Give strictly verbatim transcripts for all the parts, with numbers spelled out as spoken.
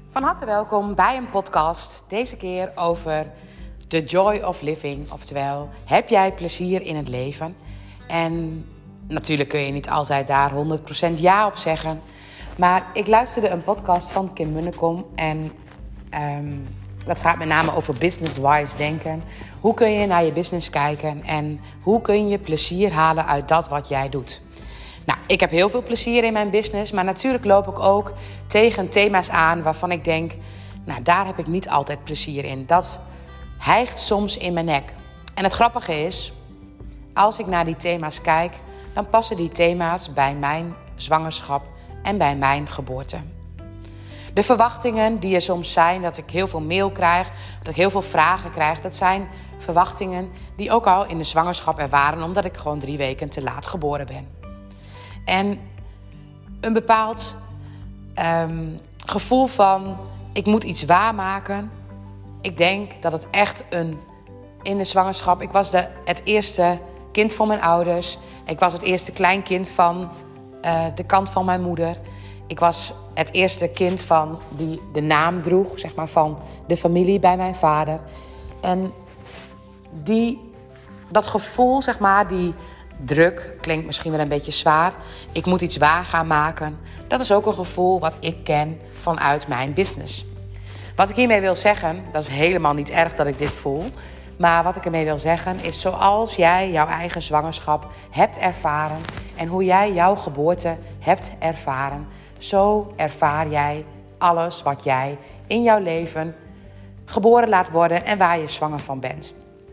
Van harte welkom bij een podcast, deze keer over the joy of living. Oftewel, heb jij plezier in het leven? En natuurlijk kun je niet altijd daar honderd procent ja op zeggen. Maar ik luisterde een podcast van Kim Munnekom en um, dat gaat met name over business-wise denken. Hoe kun je naar je business kijken en hoe kun je plezier halen uit dat wat jij doet? Nou, ik heb heel veel plezier in mijn business, maar natuurlijk loop ik ook tegen thema's aan waarvan ik denk, nou, daar heb ik niet altijd plezier in. Dat hijgt soms in mijn nek. En het grappige is, als ik naar die thema's kijk, dan passen die thema's bij mijn zwangerschap en bij mijn geboorte. De verwachtingen die er soms zijn, dat ik heel veel mail krijg, dat ik heel veel vragen krijg, dat zijn verwachtingen die ook al in de zwangerschap er waren, omdat ik gewoon drie weken te laat geboren ben. En een bepaald um, gevoel van, ik moet iets waarmaken. Ik denk dat het echt een, in de zwangerschap, ik was de, het eerste kind van mijn ouders. Ik was het eerste kleinkind van uh, de kant van mijn moeder. Ik was het eerste kind van die de naam droeg, zeg maar, van de familie bij mijn vader. En die, dat gevoel, zeg maar, die druk, klinkt misschien wel een beetje zwaar. Ik moet iets waar gaan maken. Dat is ook een gevoel wat ik ken vanuit mijn business. Wat ik hiermee wil zeggen, dat is helemaal niet erg dat ik dit voel. Maar wat ik ermee wil zeggen is, zoals jij jouw eigen zwangerschap hebt ervaren en hoe jij jouw geboorte hebt ervaren, zo ervaar jij alles wat jij in jouw leven geboren laat worden en waar je zwanger van bent.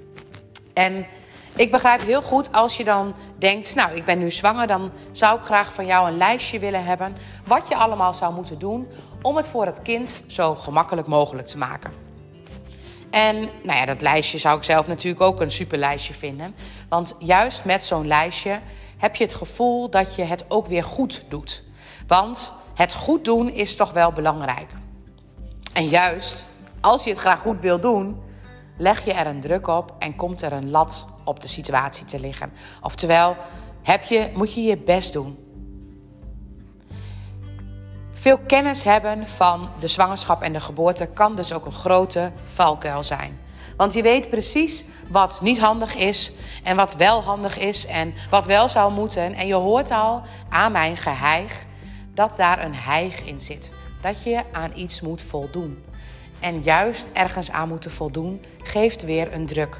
En ik begrijp heel goed als je dan denkt, nou, ik ben nu zwanger, dan zou ik graag van jou een lijstje willen hebben wat je allemaal zou moeten doen om het voor het kind zo gemakkelijk mogelijk te maken. En nou ja, dat lijstje zou ik zelf natuurlijk ook een super lijstje vinden. Want juist met zo'n lijstje heb je het gevoel dat je het ook weer goed doet. Want het goed doen is toch wel belangrijk. En juist als je het graag goed wil doen, leg je er een druk op en komt er een lat op de situatie te liggen. Oftewel, heb je, moet je je best doen. Veel kennis hebben van de zwangerschap en de geboorte kan dus ook een grote valkuil zijn. Want je weet precies wat niet handig is en wat wel handig is en wat wel zou moeten. En je hoort al aan mijn geheig dat daar een hijg in zit. Dat je aan iets moet voldoen. En juist ergens aan moeten voldoen geeft weer een druk.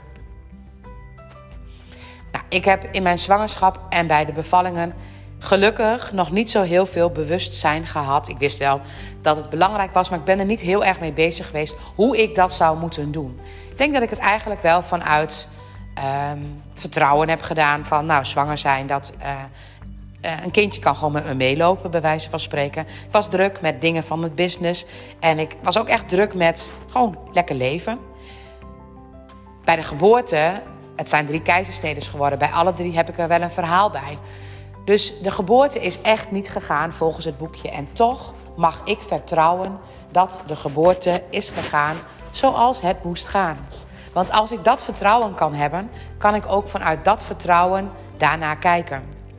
Nou, ik heb in mijn zwangerschap en bij de bevallingen gelukkig nog niet zo heel veel bewustzijn gehad. Ik wist wel dat het belangrijk was, maar ik ben er niet heel erg mee bezig geweest hoe ik dat zou moeten doen. Ik denk dat ik het eigenlijk wel vanuit um, vertrouwen heb gedaan van, nou, zwanger zijn, dat uh, uh, een kindje kan gewoon met me meelopen, bij wijze van spreken. Ik was druk met dingen van het business en ik was ook echt druk met gewoon lekker leven. Bij de geboorte, het zijn drie keizersnedes geworden, bij alle drie heb ik er wel een verhaal bij. Dus de geboorte is echt niet gegaan volgens het boekje. En toch mag ik vertrouwen dat de geboorte is gegaan zoals het moest gaan. Want als ik dat vertrouwen kan hebben, kan ik ook vanuit dat vertrouwen daarna kijken.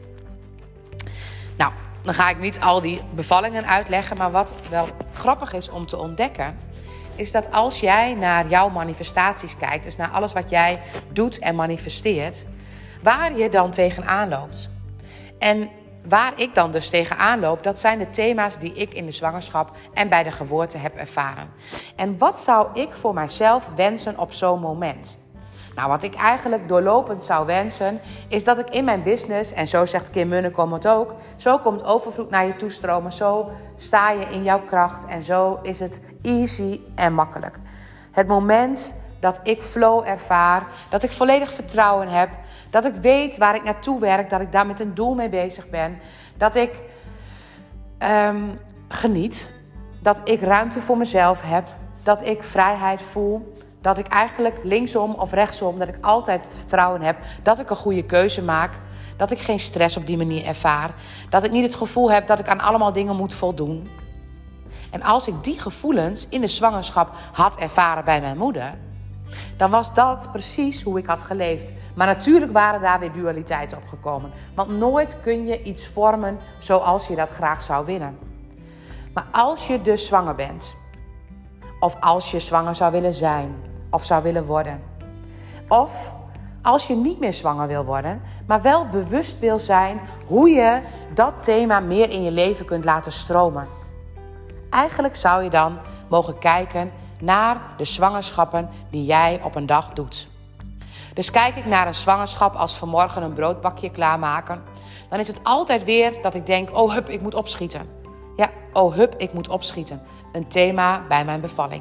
Nou, dan ga ik niet al die bevallingen uitleggen. Maar wat wel grappig is om te ontdekken, is dat als jij naar jouw manifestaties kijkt, dus naar alles wat jij doet en manifesteert, waar je dan tegenaan loopt. En waar ik dan dus tegenaan loop, dat zijn de thema's die ik in de zwangerschap en bij de geboorte heb ervaren. En wat zou ik voor mijzelf wensen op zo'n moment? Nou, wat ik eigenlijk doorlopend zou wensen, is dat ik in mijn business, en zo zegt Kim Munnekom het ook, zo komt overvloed naar je toestromen, zo sta je in jouw kracht en zo is het easy en makkelijk. Het moment dat ik flow ervaar, dat ik volledig vertrouwen heb, dat ik weet waar ik naartoe werk, dat ik daar met een doel mee bezig ben, dat ik um, geniet, dat ik ruimte voor mezelf heb, dat ik vrijheid voel, dat ik eigenlijk linksom of rechtsom, dat ik altijd het vertrouwen heb dat ik een goede keuze maak, dat ik geen stress op die manier ervaar, dat ik niet het gevoel heb dat ik aan allemaal dingen moet voldoen. En als ik die gevoelens in de zwangerschap had ervaren bij mijn moeder, dan was dat precies hoe ik had geleefd. Maar natuurlijk waren daar weer dualiteiten opgekomen. Want nooit kun je iets vormen zoals je dat graag zou willen. Maar als je dus zwanger bent of als je zwanger zou willen zijn of zou willen worden. Of als je niet meer zwanger wil worden, maar wel bewust wil zijn hoe je dat thema meer in je leven kunt laten stromen. Eigenlijk zou je dan mogen kijken naar de zwangerschappen die jij op een dag doet. Dus kijk ik naar een zwangerschap als vanmorgen een broodbakje klaarmaken, dan is het altijd weer dat ik denk, oh hup, ik moet opschieten. Ja, oh hup, ik moet opschieten. Een thema bij mijn bevalling.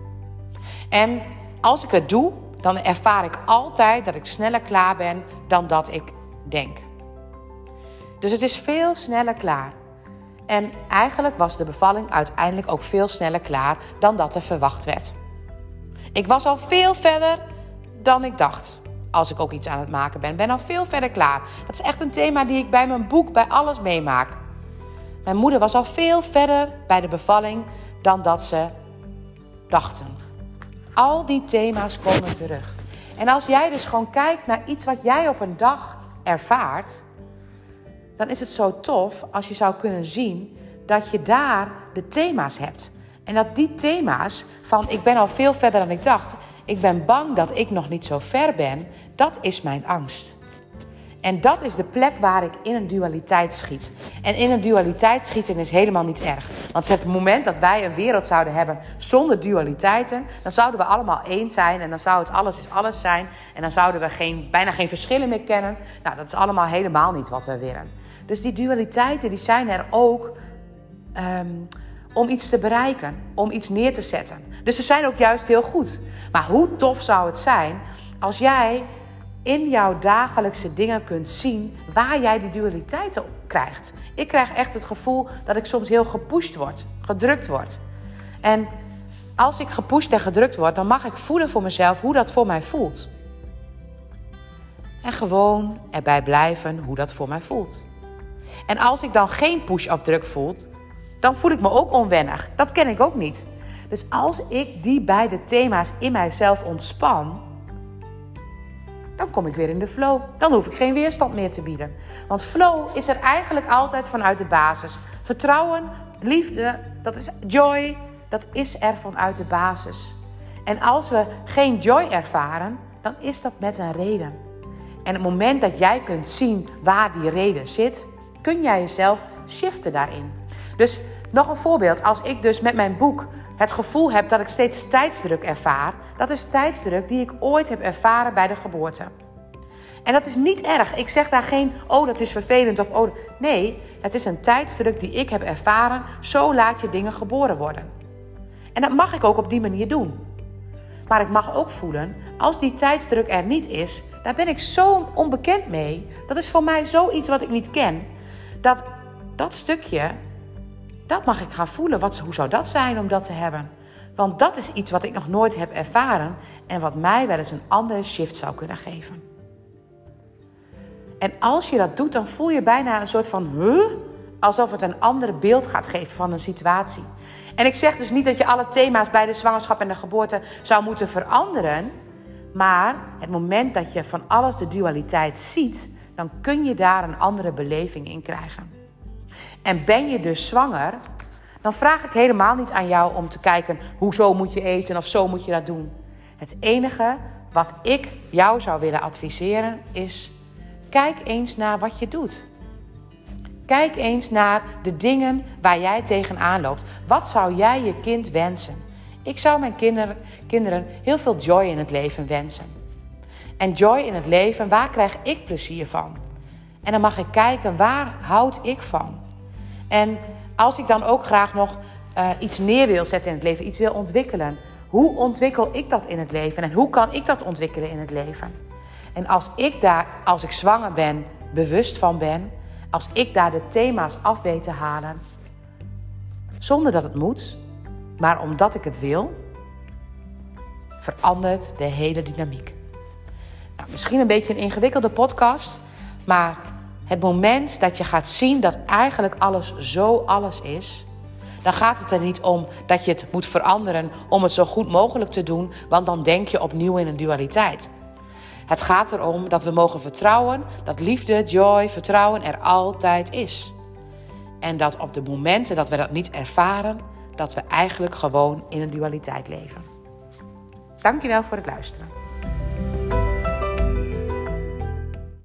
En als ik het doe, dan ervaar ik altijd dat ik sneller klaar ben dan dat ik denk. Dus het is veel sneller klaar. En eigenlijk was de bevalling uiteindelijk ook veel sneller klaar dan dat er verwacht werd. Ik was al veel verder dan ik dacht. Als ik ook iets aan het maken ben, ben al veel verder klaar. Dat is echt een thema die ik bij mijn boek, bij alles meemaak. Mijn moeder was al veel verder bij de bevalling dan dat ze dachten. Al die thema's komen terug. En als jij dus gewoon kijkt naar iets wat jij op een dag ervaart, dan is het zo tof als je zou kunnen zien dat je daar de thema's hebt. En dat die thema's van ik ben al veel verder dan ik dacht, ik ben bang dat ik nog niet zo ver ben, dat is mijn angst. En dat is de plek waar ik in een dualiteit schiet. En in een dualiteit schieten is helemaal niet erg. Want het moment dat wij een wereld zouden hebben zonder dualiteiten, dan zouden we allemaal één zijn en dan zou het alles is alles zijn. En dan zouden we geen, bijna geen verschillen meer kennen. Nou, dat is allemaal helemaal niet wat we willen. Dus die dualiteiten die zijn er ook um, om iets te bereiken, om iets neer te zetten. Dus ze zijn ook juist heel goed. Maar hoe tof zou het zijn als jij in jouw dagelijkse dingen kunt zien waar jij die dualiteiten op krijgt. Ik krijg echt het gevoel dat ik soms heel gepusht word, gedrukt word. En als ik gepusht en gedrukt word, dan mag ik voelen voor mezelf hoe dat voor mij voelt. En gewoon erbij blijven hoe dat voor mij voelt. En als ik dan geen push of druk voel, dan voel ik me ook onwennig. Dat ken ik ook niet. Dus als ik die beide thema's in mijzelf ontspan, dan kom ik weer in de flow. Dan hoef ik geen weerstand meer te bieden. Want flow is er eigenlijk altijd vanuit de basis. Vertrouwen, liefde, dat is joy, dat is er vanuit de basis. En als we geen joy ervaren, dan is dat met een reden. En het moment dat jij kunt zien waar die reden zit, kun jij jezelf shiften daarin. Dus nog een voorbeeld. Als ik dus met mijn boek het gevoel heb dat ik steeds tijdsdruk ervaar, dat is tijdsdruk die ik ooit heb ervaren bij de geboorte. En dat is niet erg. Ik zeg daar geen, oh dat is vervelend of oh. Nee, het is een tijdsdruk die ik heb ervaren. Zo laat je dingen geboren worden. En dat mag ik ook op die manier doen. Maar ik mag ook voelen, als die tijdsdruk er niet is, daar ben ik zo onbekend mee. Dat is voor mij zoiets wat ik niet ken. Dat dat stukje, dat mag ik gaan voelen. Wat, hoe zou dat zijn om dat te hebben? Want dat is iets wat ik nog nooit heb ervaren en wat mij wel eens een andere shift zou kunnen geven. En als je dat doet, dan voel je bijna een soort van, huh? Alsof het een ander beeld gaat geven van een situatie. En ik zeg dus niet dat je alle thema's bij de zwangerschap en de geboorte zou moeten veranderen. Maar het moment dat je van alles de dualiteit ziet, dan kun je daar een andere beleving in krijgen. En ben je dus zwanger, dan vraag ik helemaal niet aan jou om te kijken, hoezo moet je eten of zo moet je dat doen. Het enige wat ik jou zou willen adviseren is, kijk eens naar wat je doet. Kijk eens naar de dingen waar jij tegenaan loopt. Wat zou jij je kind wensen? Ik zou mijn kinder, kinderen heel veel joy in het leven wensen. En joy in het leven, waar krijg ik plezier van? En dan mag ik kijken, waar houd ik van? En als ik dan ook graag nog uh, iets neer wil zetten in het leven, iets wil ontwikkelen. Hoe ontwikkel ik dat in het leven? En hoe kan ik dat ontwikkelen in het leven? En als ik daar, als ik zwanger ben, bewust van ben, als ik daar de thema's af weet te halen, zonder dat het moet, maar omdat ik het wil, verandert de hele dynamiek. Nou, misschien een beetje een ingewikkelde podcast, maar het moment dat je gaat zien dat eigenlijk alles zo alles is, dan gaat het er niet om dat je het moet veranderen om het zo goed mogelijk te doen, want dan denk je opnieuw in een dualiteit. Het gaat erom dat we mogen vertrouwen dat liefde, joy, vertrouwen er altijd is. En dat op de momenten dat we dat niet ervaren, dat we eigenlijk gewoon in een dualiteit leven. Dankjewel voor het luisteren.